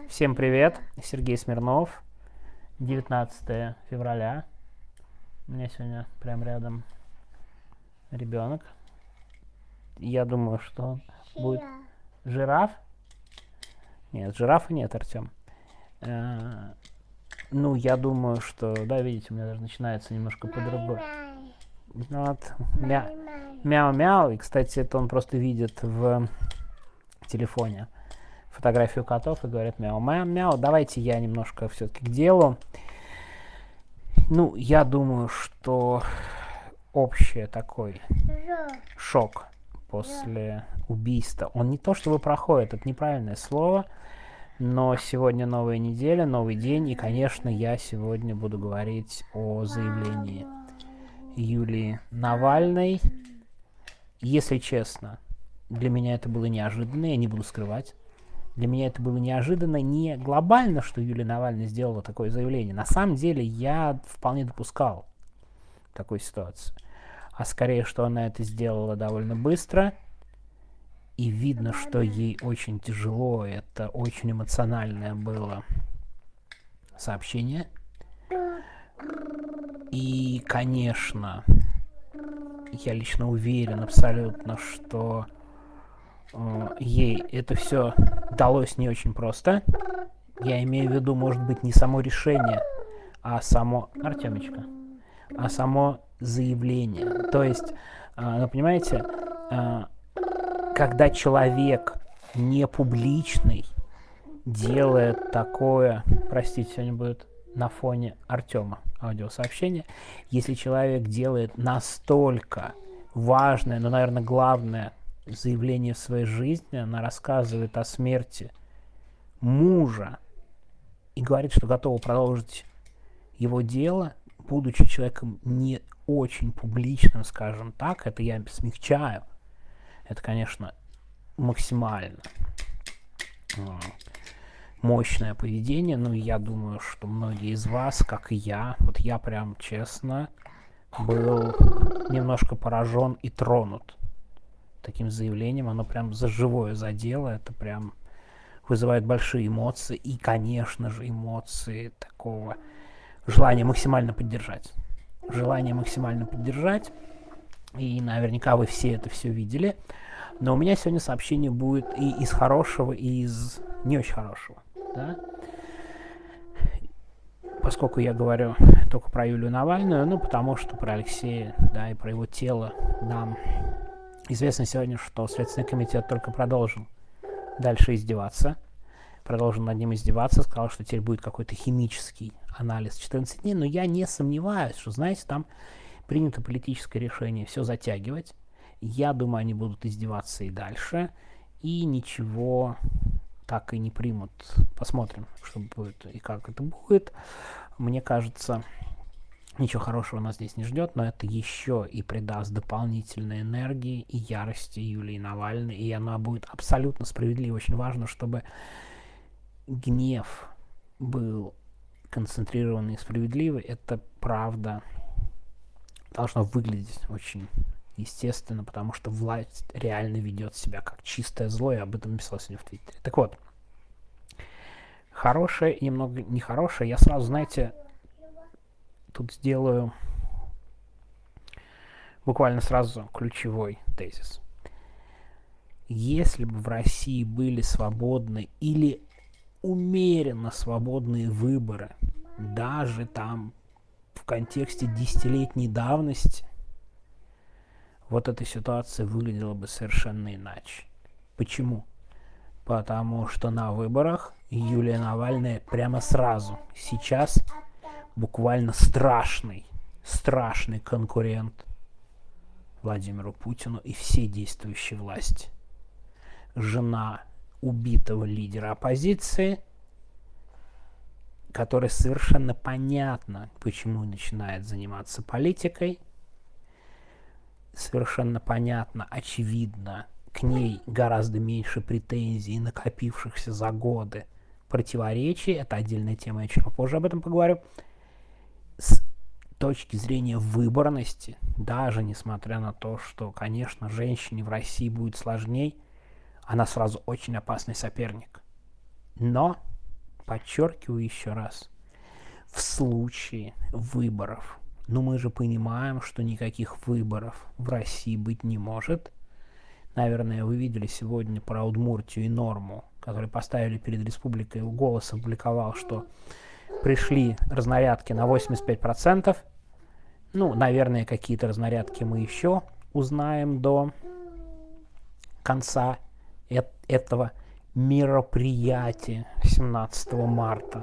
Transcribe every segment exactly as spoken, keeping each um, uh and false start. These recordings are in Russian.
Всем привет, Сергей Смирнов, девятнадцатое февраля. У меня сегодня прям рядом ребенок. Я думаю, что он будет... Жираф? Нет, жирафа нет, Артем. Э, ну, я думаю, что... Да, видите, у меня даже начинается немножко по-другому. Вот. Мя... Мяу-мяу. И, кстати, это он просто видит в телефоне фотографию котов и говорит мяу-мяу-мяу. Давайте я немножко все-таки к делу. Ну, я думаю, что общий такой шок после убийства, он не то чтобы проходит, это неправильное слово, но сегодня новая неделя, новый день, и, конечно, я сегодня буду говорить о заявлении Юлии Навальной. Если честно, для меня это было неожиданно, я не буду скрывать. Для меня это было неожиданно не глобально, что Юлия Навальная сделала такое заявление. На самом деле я вполне допускал такую ситуацию. А скорее, что она это сделала довольно быстро. И видно, что ей очень тяжело. Это очень эмоциональное было сообщение. И, конечно, я лично уверен абсолютно, что ей это все далось не очень просто. Я имею в виду, может быть, не само решение, а само... Артемечка. А само заявление. То есть, ну, понимаете, когда человек не публичный делает такое... Простите, сегодня будет на фоне Артема аудиосообщение. Если человек делает настолько важное, но, наверное, главное заявление в своей жизни, она рассказывает о смерти мужа и говорит, что готова продолжить его дело, будучи человеком не очень публичным, скажем так, это я смягчаю, это, конечно, максимально мощное поведение, но я думаю, что многие из вас, как и я, вот я прям честно был немножко поражен и тронут таким заявлением, оно прям за живое задело, это прям вызывает большие эмоции и, конечно же, эмоции такого желания максимально поддержать. Желание максимально поддержать, и наверняка вы все это все видели, но у меня сегодня сообщение будет и из хорошего, и из не очень хорошего, да? Поскольку я говорю только про Юлию Навальную, ну, потому что про Алексея, да, и про его тело нам известно сегодня, что Следственный комитет только продолжил дальше издеваться, продолжил над ним издеваться, сказал, что теперь будет какой-то химический анализ четырнадцать дней, но я не сомневаюсь, что, знаете, там принято политическое решение все затягивать. Я думаю, они будут издеваться и дальше, и ничего так и не примут. Посмотрим, что будет и как это будет. Мне кажется, ничего хорошего нас здесь не ждет, но это еще и придаст дополнительной энергии и ярости Юлии Навальной, и она будет абсолютно справедлива. Очень важно, чтобы гнев был концентрированный и справедливый. Это правда должно выглядеть очень естественно, потому что власть реально ведет себя как чистое зло, я об этом написал сегодня в Твиттере. Так вот, хорошее и немного нехорошее. Я сразу, знаете, тут сделаю буквально сразу ключевой тезис. Если бы в России были свободны или умеренно свободные выборы, даже там в контексте десятилетней давности, вот эта ситуация выглядела бы совершенно иначе. Почему? Потому что на выборах Юлия Навальная прямо сразу, сейчас буквально страшный, страшный конкурент Владимиру Путину и всей действующей власти. Жена убитого лидера оппозиции, которая совершенно понятно, почему начинает заниматься политикой, совершенно понятно, очевидно, к ней гораздо меньше претензий, накопившихся за годы противоречий, это отдельная тема, я чуть попозже об этом поговорю, с точки зрения выборности, даже несмотря на то, что, конечно, женщине в России будет сложней, она сразу очень опасный соперник. Но подчеркиваю еще раз, в случае выборов. Но мы же понимаем, что никаких выборов в России быть не может. Наверное, вы видели сегодня про Удмуртию и Норму, которые поставили перед республикой. Голос опубликовал, что пришли разнарядки на восемьдесят пять процентов. Ну, наверное, какие-то разнарядки мы еще узнаем до конца э- этого мероприятия семнадцатого марта.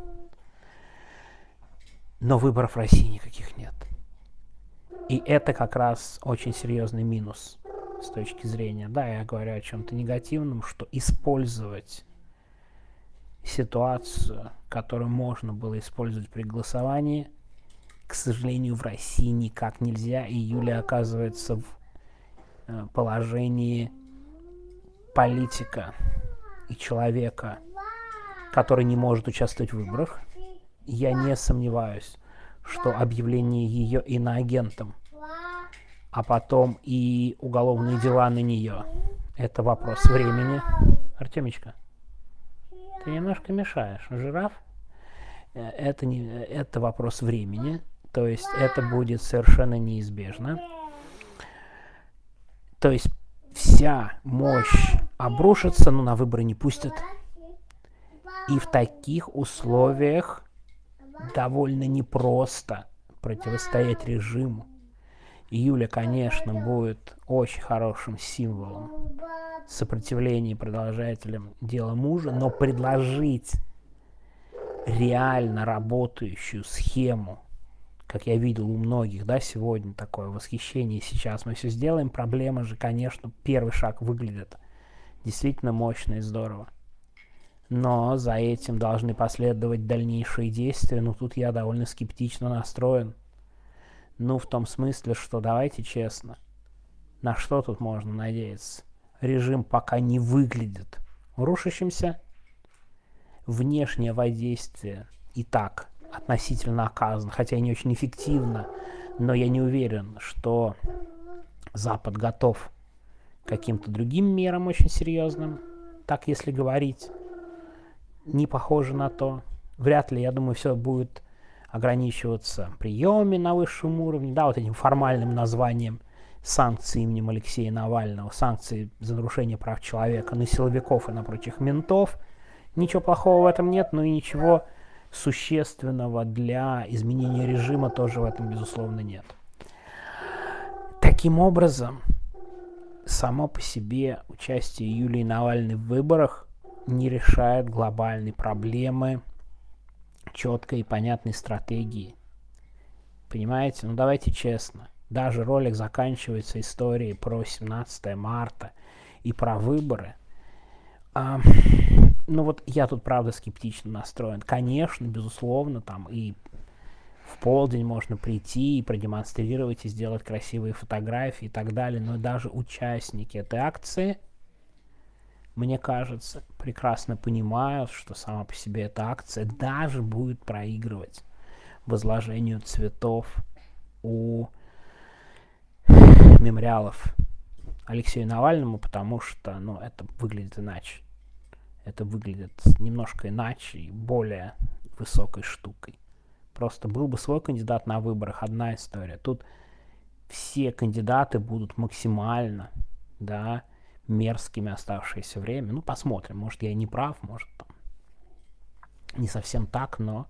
Но выборов в России никаких нет. И это как раз очень серьезный минус с точки зрения, да, я говорю о чем-то негативном, что использовать ситуацию, которую можно было использовать при голосовании, к сожалению, в России никак нельзя, и Юлия оказывается в положении политика и человека, который не может участвовать в выборах. Я не сомневаюсь, что объявление ее иноагентом, а потом и уголовные дела на нее, это вопрос времени. Артемечка, ты немножко мешаешь. Жираф? Это, не, это вопрос времени, то есть это будет совершенно неизбежно. То есть вся мощь обрушится, но на выборы не пустят. И в таких условиях довольно непросто противостоять режиму. Юля, конечно, будет очень хорошим символом сопротивления продолжателям дела мужа, но предложить реально работающую схему, как я видел у многих, да, сегодня такое восхищение, сейчас мы все сделаем, проблема же, конечно, первый шаг выглядит действительно мощно и здорово. Но за этим должны последовать дальнейшие действия, но тут я довольно скептично настроен. Ну, в том смысле, что, давайте честно, на что тут можно надеяться? Режим пока не выглядит рушащимся. Внешнее воздействие и так относительно оказано, хотя и не очень эффективно, но я не уверен, что Запад готов к каким-то другим мерам очень серьезным. Так, если говорить, не похоже на то. Вряд ли, я думаю, все будет ограничиваться приемами на высшем уровне, да, вот этим формальным названием санкций именем Алексея Навального, санкции за нарушение прав человека на силовиков и на прочих ментов. Ничего плохого в этом нет, но и ничего существенного для изменения режима тоже в этом, безусловно, нет. Таким образом, само по себе участие Юлии Навальной в выборах не решает глобальной проблемы четкой и понятной стратегии. Понимаете? Ну давайте честно. Даже ролик заканчивается историей про семнадцатое марта и про выборы. А, ну вот я тут, правда, скептично настроен. Конечно, безусловно, там и в полдень можно прийти и продемонстрировать, и сделать красивые фотографии и так далее, но даже участники этой акции, мне кажется, прекрасно понимают, что сама по себе эта акция даже будет проигрывать возложению цветов у мемориалов Алексею Навальному, потому что, ну, это выглядит иначе. Это выглядит немножко иначе и более высокой штукой. Просто был бы свой кандидат на выборах, одна история. Тут все кандидаты будут максимально, да, мерзкими оставшееся время. Ну, посмотрим. Может, я и не прав, может, там не совсем так, но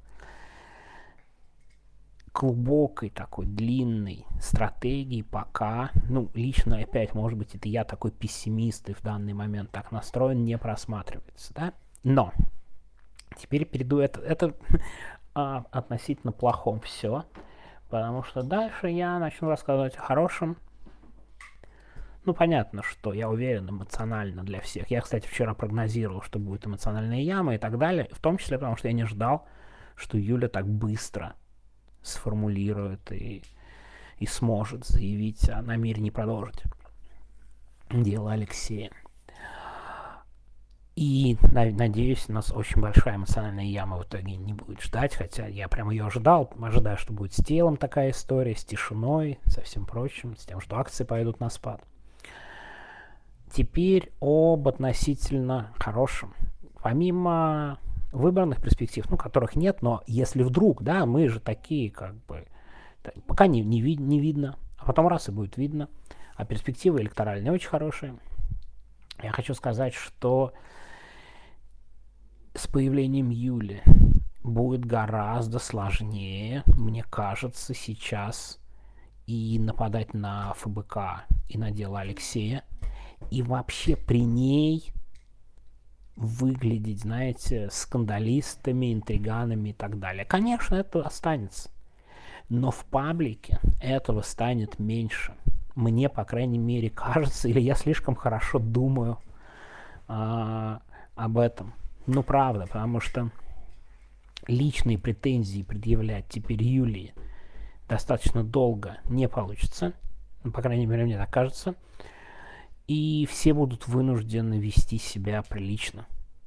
глубокой такой длинной стратегии пока, ну, лично, опять, может быть, это я такой пессимист и в данный момент так настроен, не просматривается, да? Но теперь перейду, это, это а, относительно плохом все, потому что дальше я начну рассказывать о хорошем. Ну, понятно, что я уверен эмоционально для всех. Я, кстати, вчера прогнозировал, что будет эмоциональная яма и так далее, в том числе потому, что я не ждал, что Юля так быстро сформулирует и, и сможет заявить о намерении продолжить дело Алексея. И, надеюсь, нас очень большая эмоциональная яма в итоге не будет ждать, хотя я прям ее ожидал, ожидаю, что будет с телом такая история, с тишиной, со всем прочим, с тем, что акции пойдут на спад. Теперь об относительно хорошем. Помимо выбранных перспектив, ну, которых нет, но если вдруг, да, мы же такие, как бы, пока не, не, вид, не видно, а потом раз и будет видно, а перспективы электоральные очень хорошие. Я хочу сказать, что с появлением Юли будет гораздо сложнее, мне кажется, сейчас и нападать на эф бэ ка, и на дело Алексея, и вообще при ней выглядеть, знаете, скандалистами, интриганами и так далее. Конечно, это останется, но в паблике этого станет меньше. Мне, по крайней мере, кажется, или я слишком хорошо думаю а, об этом. Ну, правда, потому что личные претензии предъявлять теперь Юлии достаточно долго не получится. Ну, по крайней мере, мне так кажется. И все будут вынуждены вести себя прилично.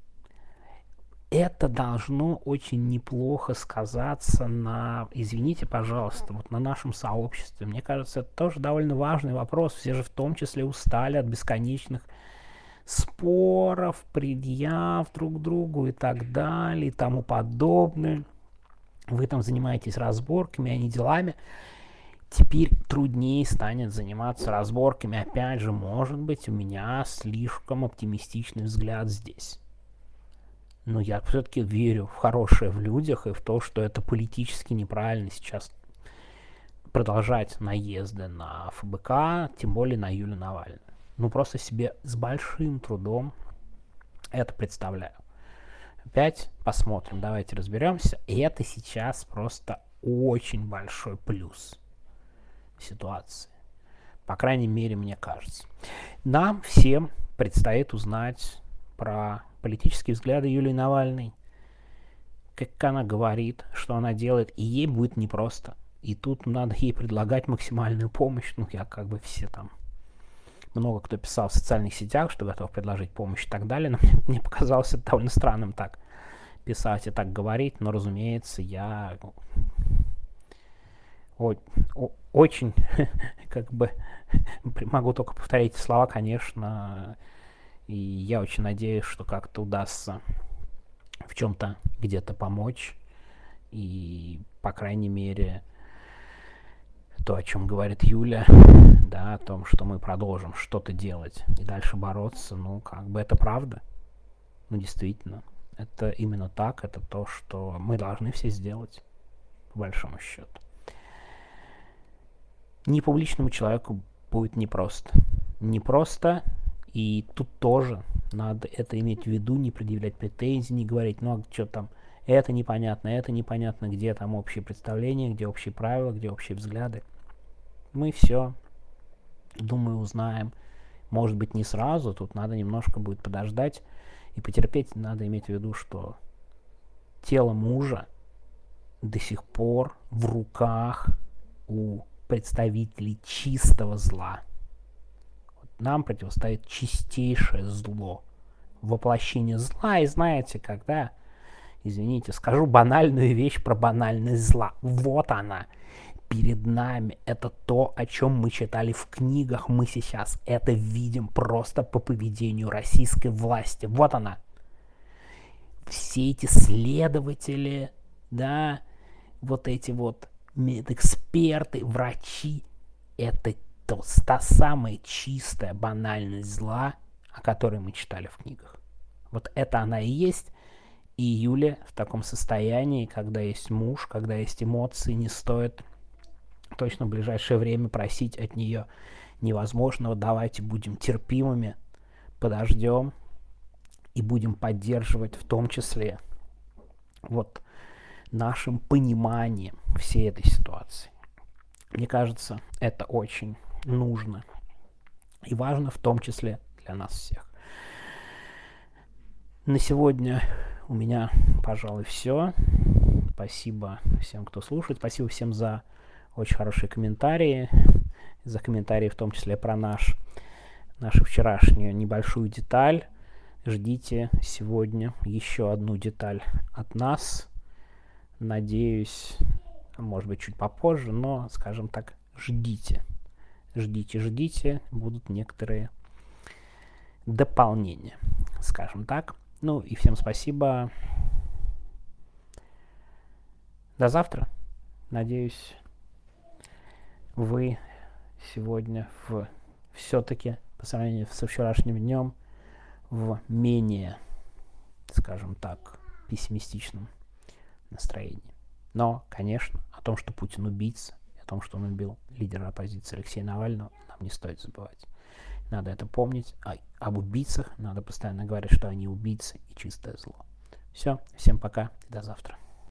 Это должно очень неплохо сказаться на, извините, пожалуйста, вот на нашем сообществе. Мне кажется, это тоже довольно важный вопрос. Все же в том числе устали от бесконечных споров, предъяв друг другу и так далее, и тому подобное. Вы там занимаетесь разборками, а не делами. Теперь труднее станет заниматься разборками. Опять же, может быть, у меня слишком оптимистичный взгляд здесь. Но я все-таки верю в хорошее в людях и в то, что это политически неправильно сейчас продолжать наезды на эф бэ ка, тем более на Юлию Навальную. Ну, просто себе с большим трудом это представляю. Опять посмотрим, давайте разберемся. И это сейчас просто очень большой плюс ситуации. По крайней мере, мне кажется. Нам всем предстоит узнать про политические взгляды Юлии Навальной, как она говорит, что она делает, и ей будет непросто. И тут надо ей предлагать максимальную помощь. Ну, я как бы все там, много кто писал в социальных сетях, что готов предложить помощь и так далее, но мне, мне показалось это довольно странным так писать и так говорить, но, разумеется, я о, о, очень, как бы, могу только повторять эти слова, конечно, и я очень надеюсь, что как-то удастся в чем-то где-то помочь, и, по крайней мере, то, о чем говорит Юля, да, о том, что мы продолжим что-то делать и дальше бороться, ну, как бы это правда. Ну, действительно, это именно так, это то, что мы должны все сделать, по большому счету. Непубличному человеку будет непросто. Непросто, и тут тоже надо это иметь в виду, не предъявлять претензий, не говорить, ну, а что там, это непонятно, это непонятно, где там общие представления, где общие правила, где общие взгляды. Мы все, думаю, узнаем. Может быть, не сразу, тут надо немножко будет подождать и потерпеть. Надо иметь в виду, что тело мужа до сих пор в руках у представителей чистого зла. Вот нам противостоит чистейшее зло, воплощение зла. И знаете, когда, извините, скажу банальную вещь про банальность зла. Вот она. Перед нами это то, о чем мы читали в книгах. Мы сейчас это видим просто по поведению российской власти. Вот она. Все эти следователи, да, вот эти вот медэксперты, врачи, это то, та самая чистая банальность зла, о которой мы читали в книгах. Вот это она и есть. И Юля в таком состоянии, когда есть муж, когда есть эмоции, не стоит точно в ближайшее время просить от нее невозможного. Давайте будем терпимыми, подождем и будем поддерживать в том числе вот нашим пониманием всей этой ситуации. Мне кажется, это очень нужно и важно в том числе для нас всех. На сегодня у меня, пожалуй, все. Спасибо всем, кто слушает. Спасибо всем за очень хорошие комментарии, за комментарии в том числе про наш, нашу вчерашнюю небольшую деталь. Ждите сегодня еще одну деталь от нас. Надеюсь, может быть, чуть попозже, но, скажем так, ждите. Ждите, ждите. Будут некоторые дополнения, скажем так. Ну и всем спасибо. До завтра. Надеюсь, вы сегодня в все-таки, по сравнению со вчерашним днем, в менее, скажем так, пессимистичном настроении. Но, конечно, о том, что Путин убийца, о том, что он убил лидера оппозиции Алексея Навального, нам не стоит забывать. Надо это помнить. А об убийцах надо постоянно говорить, что они убийцы и чистое зло. Все, всем пока и до завтра.